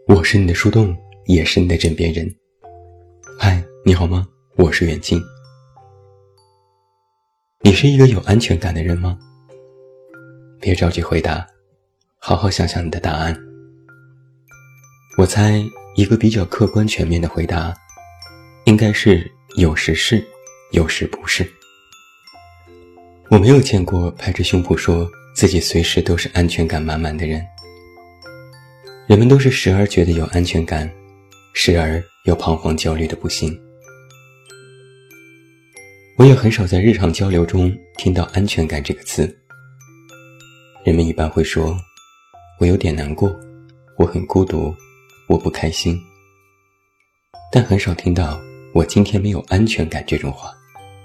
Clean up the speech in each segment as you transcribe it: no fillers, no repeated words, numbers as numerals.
我是你的树洞，也是你的枕边人。嗨，你好吗？我是远近。你是一个有安全感的人吗？别着急回答，好好想想你的答案。我猜一个比较客观全面的回答，应该是有时是，有时不是。我没有见过拍着胸脯说自己随时都是安全感满满的人。人们都是时而觉得有安全感，时而又彷徨焦虑的不行。我也很少在日常交流中听到安全感这个词。人们一般会说，我有点难过，我很孤独，我不开心。但很少听到我今天没有安全感这种话。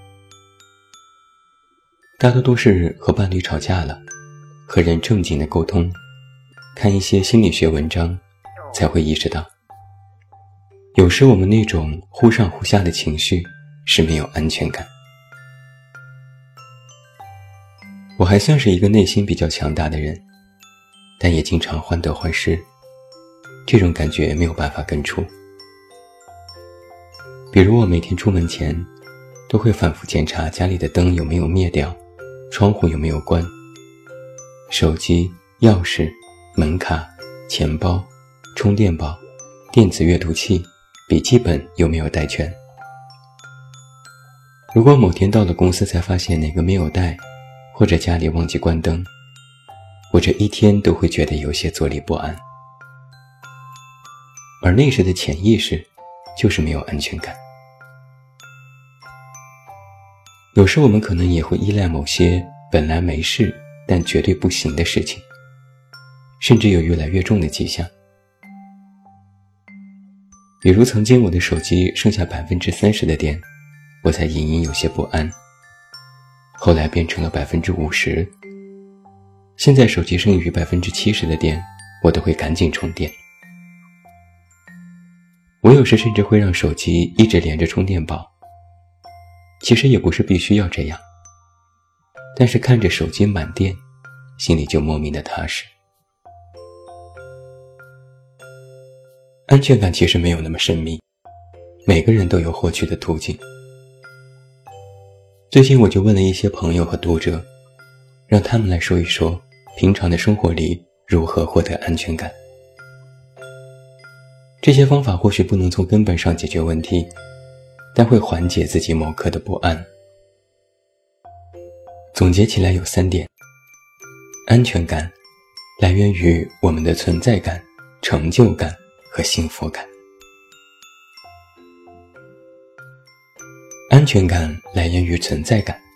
大多都是和伴侣吵架了，和人正经的沟通，看一些心理学文章，才会意识到，有时我们那种忽上忽下的情绪是没有安全感。我还算是一个内心比较强大的人，但也经常患得患失，这种感觉没有办法根除。比如我每天出门前都会反复检查家里的灯有没有灭掉，窗户有没有关，手机、钥匙、门卡、钱包、充电宝、电子阅读器、笔记本有没有带全。如果某天到了公司才发现哪个没有带，或者家里忘记关灯，我这一天都会觉得有些坐立不安。而那时的潜意识就是没有安全感。有时我们可能也会依赖某些本来没事但绝对不行的事情，甚至有越来越重的迹象。比如曾经我的手机剩下 30% 的电，我才隐隐有些不安，后来变成了 50%， 现在手机剩余 70% 的电，我都会赶紧充电。我有时甚至会让手机一直连着充电宝，其实也不是必须要这样，但是看着手机满电，心里就莫名的踏实。安全感其实没有那么神秘，每个人都有获取的途径。最近我就问了一些朋友和读者，让他们来说一说平常的生活里如何获得安全感。这些方法或许不能从根本上解决问题，但会缓解自己某刻的不安。总结起来有3点。安全感来源于我们的存在感、成就感和幸福感。安全感来源于存在感。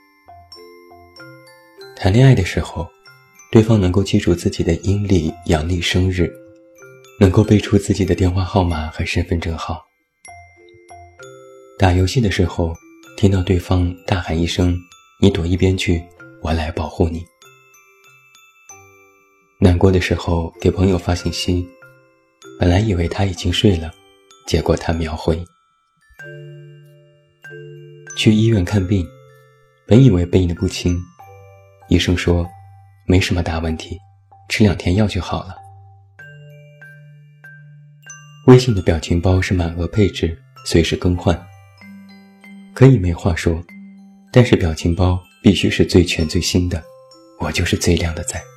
谈恋爱的时候，对方能够记住自己的阴历、阳历生日，能够背出自己的电话号码和身份证号。打游戏的时候，听到对方大喊一声，你躲一边去，我来保护你。难过的时候给朋友发信息，本来以为他已经睡了，结果他秒回。去医院看病，本以为病得不轻，医生说没什么大问题，吃2天药就好了。微信的表情包是满额配置，随时更换，可以没话说，但是表情包必须是最全最新的，我就是最靓的仔。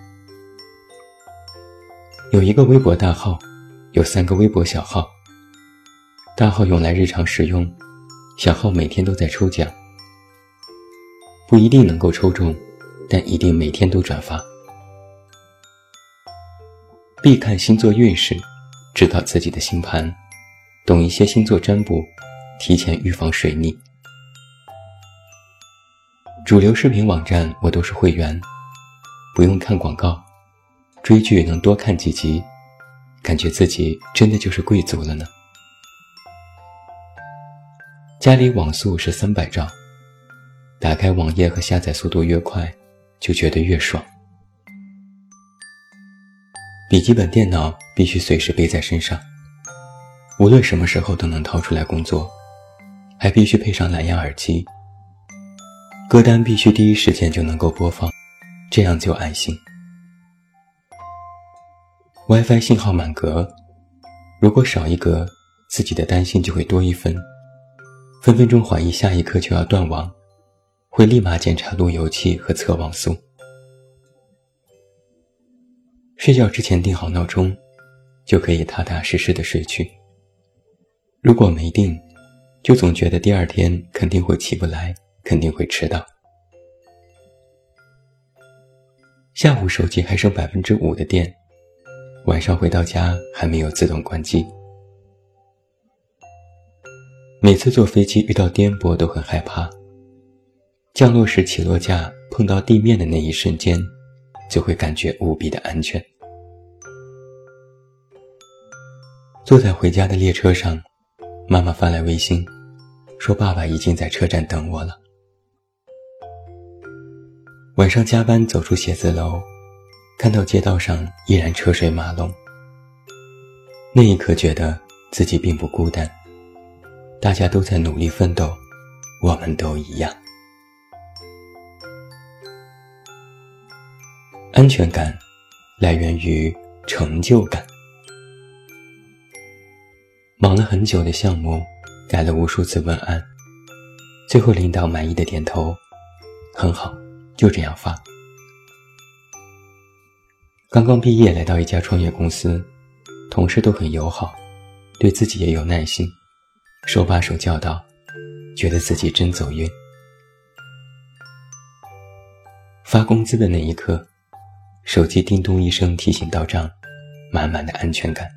有一个微博大号，有3个微博小号。大号用来日常使用，小号每天都在抽奖，不一定能够抽中，但一定每天都转发。必看星座运势，知道自己的星盘，懂一些星座占卜，提前预防水逆。主流视频网站我都是会员，不用看广告，追剧能多看几集，感觉自己真的就是贵族了呢。家里网速是300兆，打开网页和下载速度越快，就觉得越爽。笔记本电脑必须随时背在身上，无论什么时候都能掏出来工作，还必须配上蓝牙耳机。歌单必须第一时间就能够播放，这样就安心。WiFi 信号满格， 如果少一格，自己的担心就会多一分，分分钟怀疑下一刻就要断网，会立马检查路由器和测网速。睡觉之前定好闹钟，就可以踏踏实实的睡去。如果没定，就总觉得第二天肯定会起不来，肯定会迟到。下午手机还剩 5% 的电，晚上回到家还没有自动关机。每次坐飞机遇到颠簸都很害怕，降落时起落架碰到地面的那一瞬间，就会感觉无比的安全。坐在回家的列车上，妈妈发来微信，说爸爸已经在车站等我了。晚上加班走出写字楼，看到街道上依然车水马龙，那一刻觉得自己并不孤单，大家都在努力奋斗，我们都一样。安全感来源于成就感。忙了很久的项目，改了无数次文案，最后领导满意的点头，很好，就这样发。刚刚毕业来到一家创业公司，同事都很友好，对自己也有耐心，手把手教导，觉得自己真走运。发工资的那一刻，手机叮咚一声提醒到账，满满的安全感。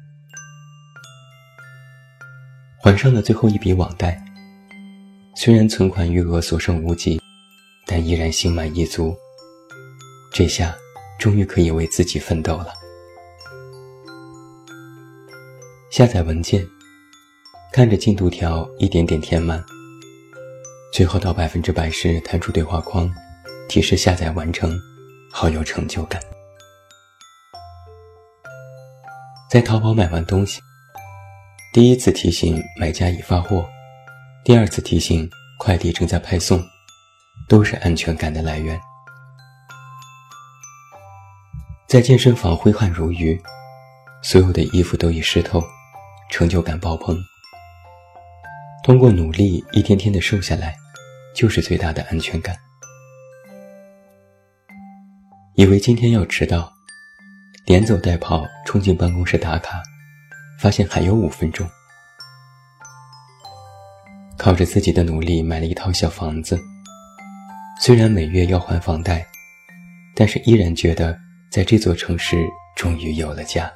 还上了最后一笔网贷，虽然存款余额所剩无几，但依然心满意足，这下终于可以为自己奋斗了。下载文件，看着进度条一点点填满，最后到100%时弹出对话框，提示下载完成，好有成就感。在淘宝买完东西，第一次提醒买家已发货，第二次提醒快递正在派送，都是安全感的来源。在健身房挥汗如雨，所有的衣服都已湿透，成就感爆棚。通过努力一天天的瘦下来，就是最大的安全感。以为今天要迟到，连走带跑冲进办公室打卡，发现还有5分钟。靠着自己的努力买了一套小房子，虽然每月要还房贷，但是依然觉得在这座城市终于有了家。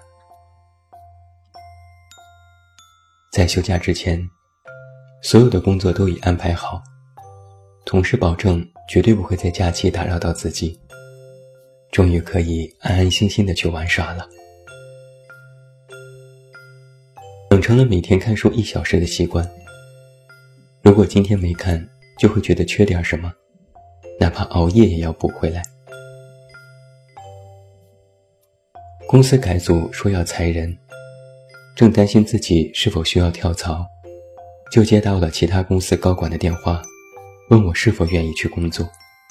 在休假之前，所有的工作都已安排好，同事保证绝对不会在假期打扰到自己，终于可以安安心心地去玩耍了。养成了每天看书1小时的习惯，如果今天没看，就会觉得缺点什么，哪怕熬夜也要补回来。公司改组说要裁人，正担心自己是否需要跳槽，就接到了其他公司高管的电话，问我是否愿意去工作。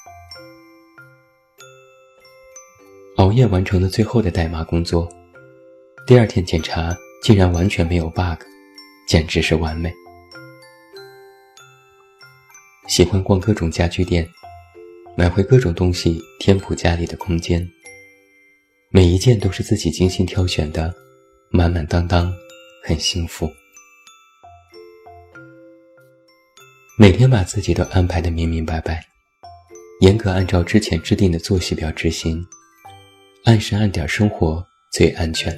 熬夜完成了最后的代码工作，第二天检查竟然完全没有 bug， 简直是完美。喜欢逛各种家具店，买回各种东西填补家里的空间，每一件都是自己精心挑选的，满满当当，很幸福。每天把自己都安排得明明白白，严格按照之前制定的作息表执行，按时按点生活最安全。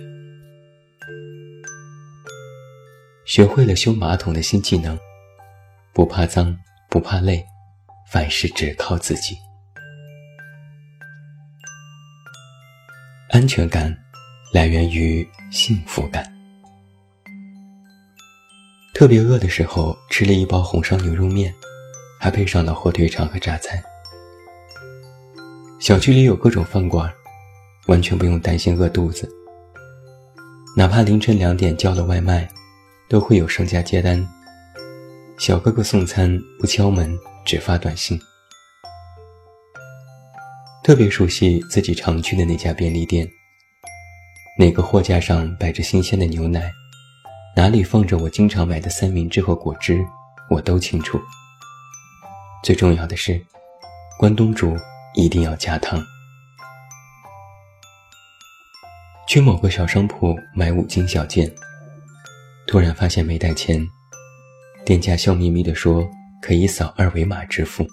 学会了修马桶的新技能，不怕脏，不怕累，凡事只靠自己。安全感来源于幸福感。特别饿的时候吃了一包红烧牛肉面，还配上了火腿肠和榨菜。小区里有各种饭馆，完全不用担心饿肚子，哪怕凌晨2点叫了外卖，都会有商家接单，小哥哥送餐不敲门，只发短信。特别熟悉自己常去的那家便利店，哪个货架上摆着新鲜的牛奶， 哪里放着我经常买的三明治和果汁，我都清楚。最重要的是，关东煮一定要加汤。去某个小商铺买5斤小件，突然发现没带钱，店家笑眯眯地说可以扫2维码支付。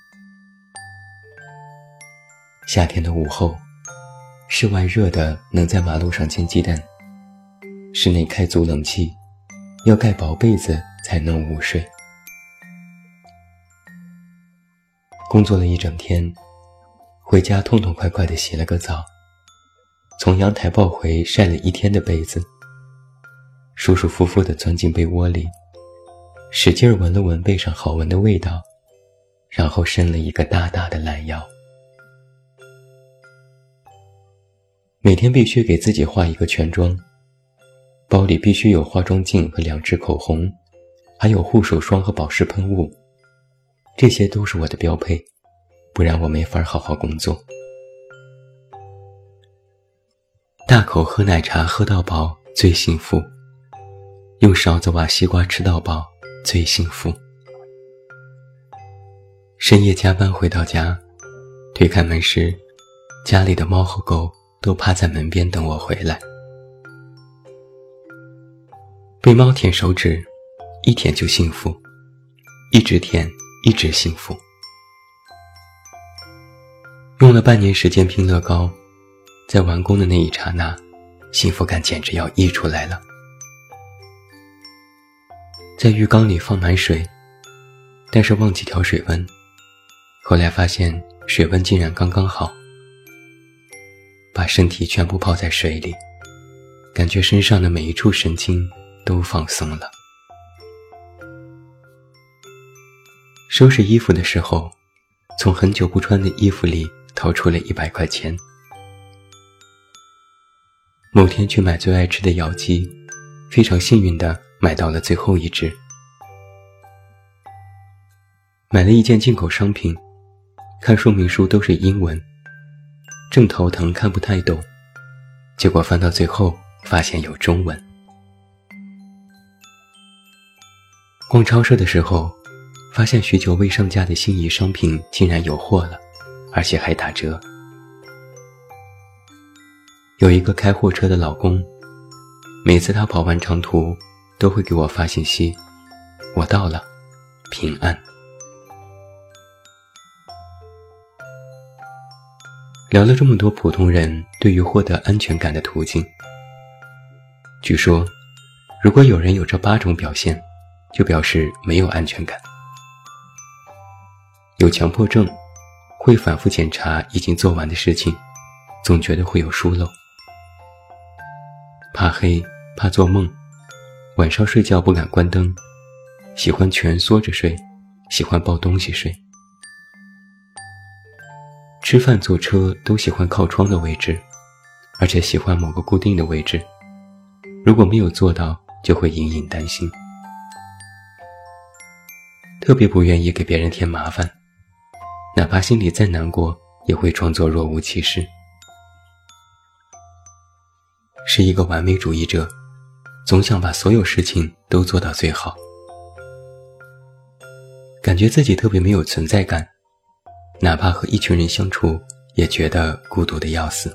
夏天的午后，室外热的能在马路上煎鸡蛋，室内开足冷气，要盖薄被子才能午睡。工作了一整天，回家痛痛快快地洗了个澡，从阳台抱回晒了一天的被子，舒舒服服地钻进被窝里，使劲闻了闻被上好闻的味道，然后伸了一个大大的懒腰。每天必须给自己化一个全妆，包里必须有化妆镜和2支口红，还有护手霜和保湿喷雾，这些都是我的标配，不然我没法好好工作。大口喝奶茶喝到饱最幸福，用勺子挖西瓜吃到饱最幸福。深夜加班回到家，推开门时，家里的猫和狗都趴在门边等我回来。被猫舔手指，一舔就幸福，一直舔一直幸福。用了半年时间拼乐高，在完工的那一刹那，幸福感简直要溢出来了。在浴缸里放满水，但是忘记调水温，后来发现水温竟然刚刚好，把身体全部泡在水里，感觉身上的每一处神经都放松了。收拾衣服的时候，从很久不穿的衣服里掏出了100块钱。某天去买最爱吃的窑鸡，非常幸运地买到了最后一只。买了一件进口商品，看说明书都是英文，正头疼看不太懂，结果翻到最后发现有中文。逛超市的时候，发现许久未上架的心仪商品竟然有货了，而且还打折。有一个开货车的老公，每次他跑完长途都会给我发信息，我到了，平安。聊了这么多普通人对于获得安全感的途径，据说如果有人有这8种表现，就表示没有安全感。有强迫症，会反复检查已经做完的事情，总觉得会有疏漏。怕黑，怕做梦，晚上睡觉不敢关灯，喜欢蜷缩着睡，喜欢抱东西睡。吃饭坐车都喜欢靠窗的位置，而且喜欢某个固定的位置，如果没有做到就会隐隐担心。特别不愿意给别人添麻烦，哪怕心里再难过也会装作若无其事。是一个完美主义者，总想把所有事情都做到最好，感觉自己特别没有存在感，哪怕和一群人相处也觉得孤独的要死。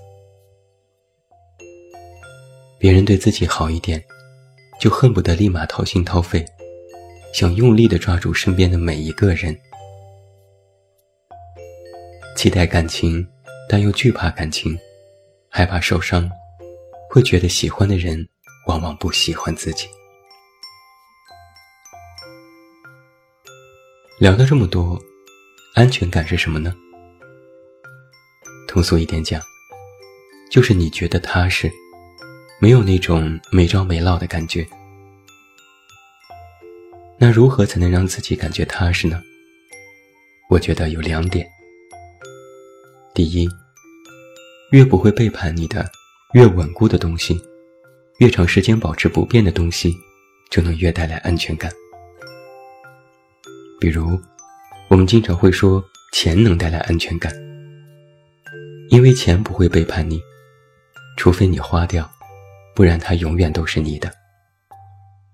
别人对自己好一点，就恨不得立马掏心掏肺，想用力地抓住身边的每一个人。期待感情，但又惧怕感情，害怕受伤，会觉得喜欢的人往往不喜欢自己。聊了这么多，安全感是什么呢？通俗一点讲，就是你觉得踏实，没有那种没着没落的感觉。那如何才能让自己感觉踏实呢？我觉得有2点。第一，越不会背叛你的，越稳固的东西，越长时间保持不变的东西，就能越带来安全感。比如，我们经常会说钱能带来安全感，因为钱不会背叛你，除非你花掉，不然它永远都是你的。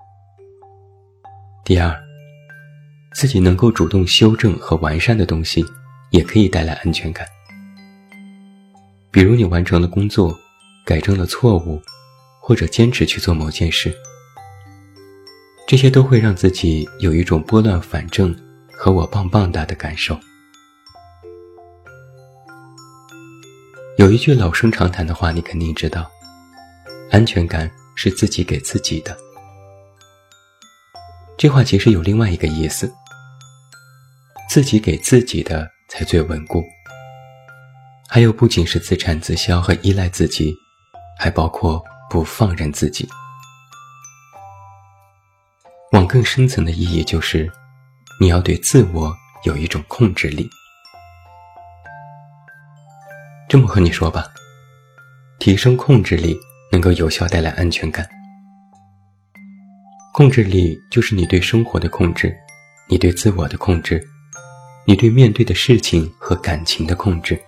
第二，自己能够主动修正和完善的东西，也可以带来安全感。比如你完成了工作，改正了错误，或者坚持去做某件事，这些都会让自己有一种拨乱反正和我棒棒哒的感受。有一句老生常谈的话你肯定知道，安全感是自己给自己的。这话其实有另外一个意思，自己给自己的才最稳固，还有不仅是自产自销和依赖自己，还包括不放任自己。往更深层的意义就是，你要对自我有一种控制力。这么和你说吧，提升控制力能够有效带来安全感。控制力就是你对生活的控制，你对自我的控制，你对面对的事情和感情的控制。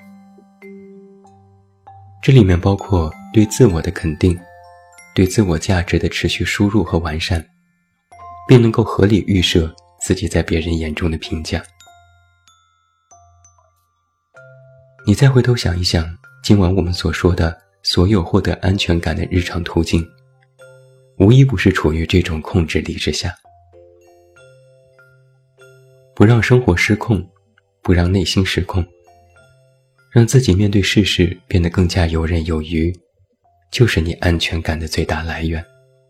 这里面包括对自我的肯定，对自我价值的持续输入和完善，并能够合理预设自己在别人眼中的评价。你再回头想一想，今晚我们所说的所有获得安全感的日常途径，无一不是处于这种控制力之下。不让生活失控，不让内心失控，让自己面对世事变得更加游刃有余，就是你安全感的最大来源。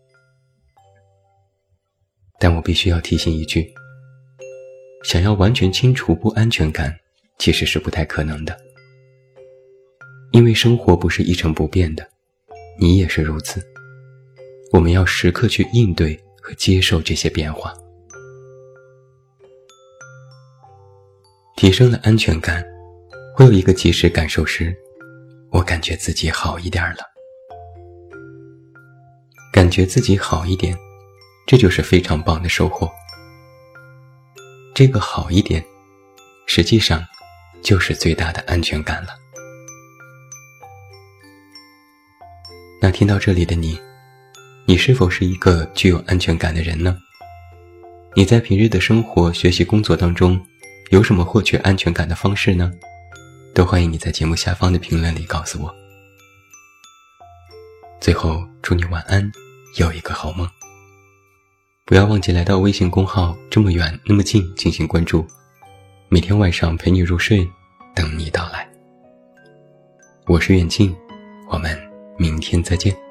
但我必须要提醒一句，想要完全清除不安全感，其实是不太可能的。因为生活不是一成不变的，你也是如此。我们要时刻去应对和接受这些变化。提升了安全感，会有一个即时感受是，我感觉自己好一点了。感觉自己好一点，这就是非常棒的收获。这个好一点，实际上就是最大的安全感了。那听到这里的你，你是否是一个具有安全感的人呢？你在平日的生活、学习、工作当中，有什么获取安全感的方式呢？都欢迎你在节目下方的评论里告诉我。最后，祝你晚安，有一个好梦。不要忘记来到微信公号这么远那么近进行关注，每天晚上陪你入睡，等你到来。我是远近，我们明天再见。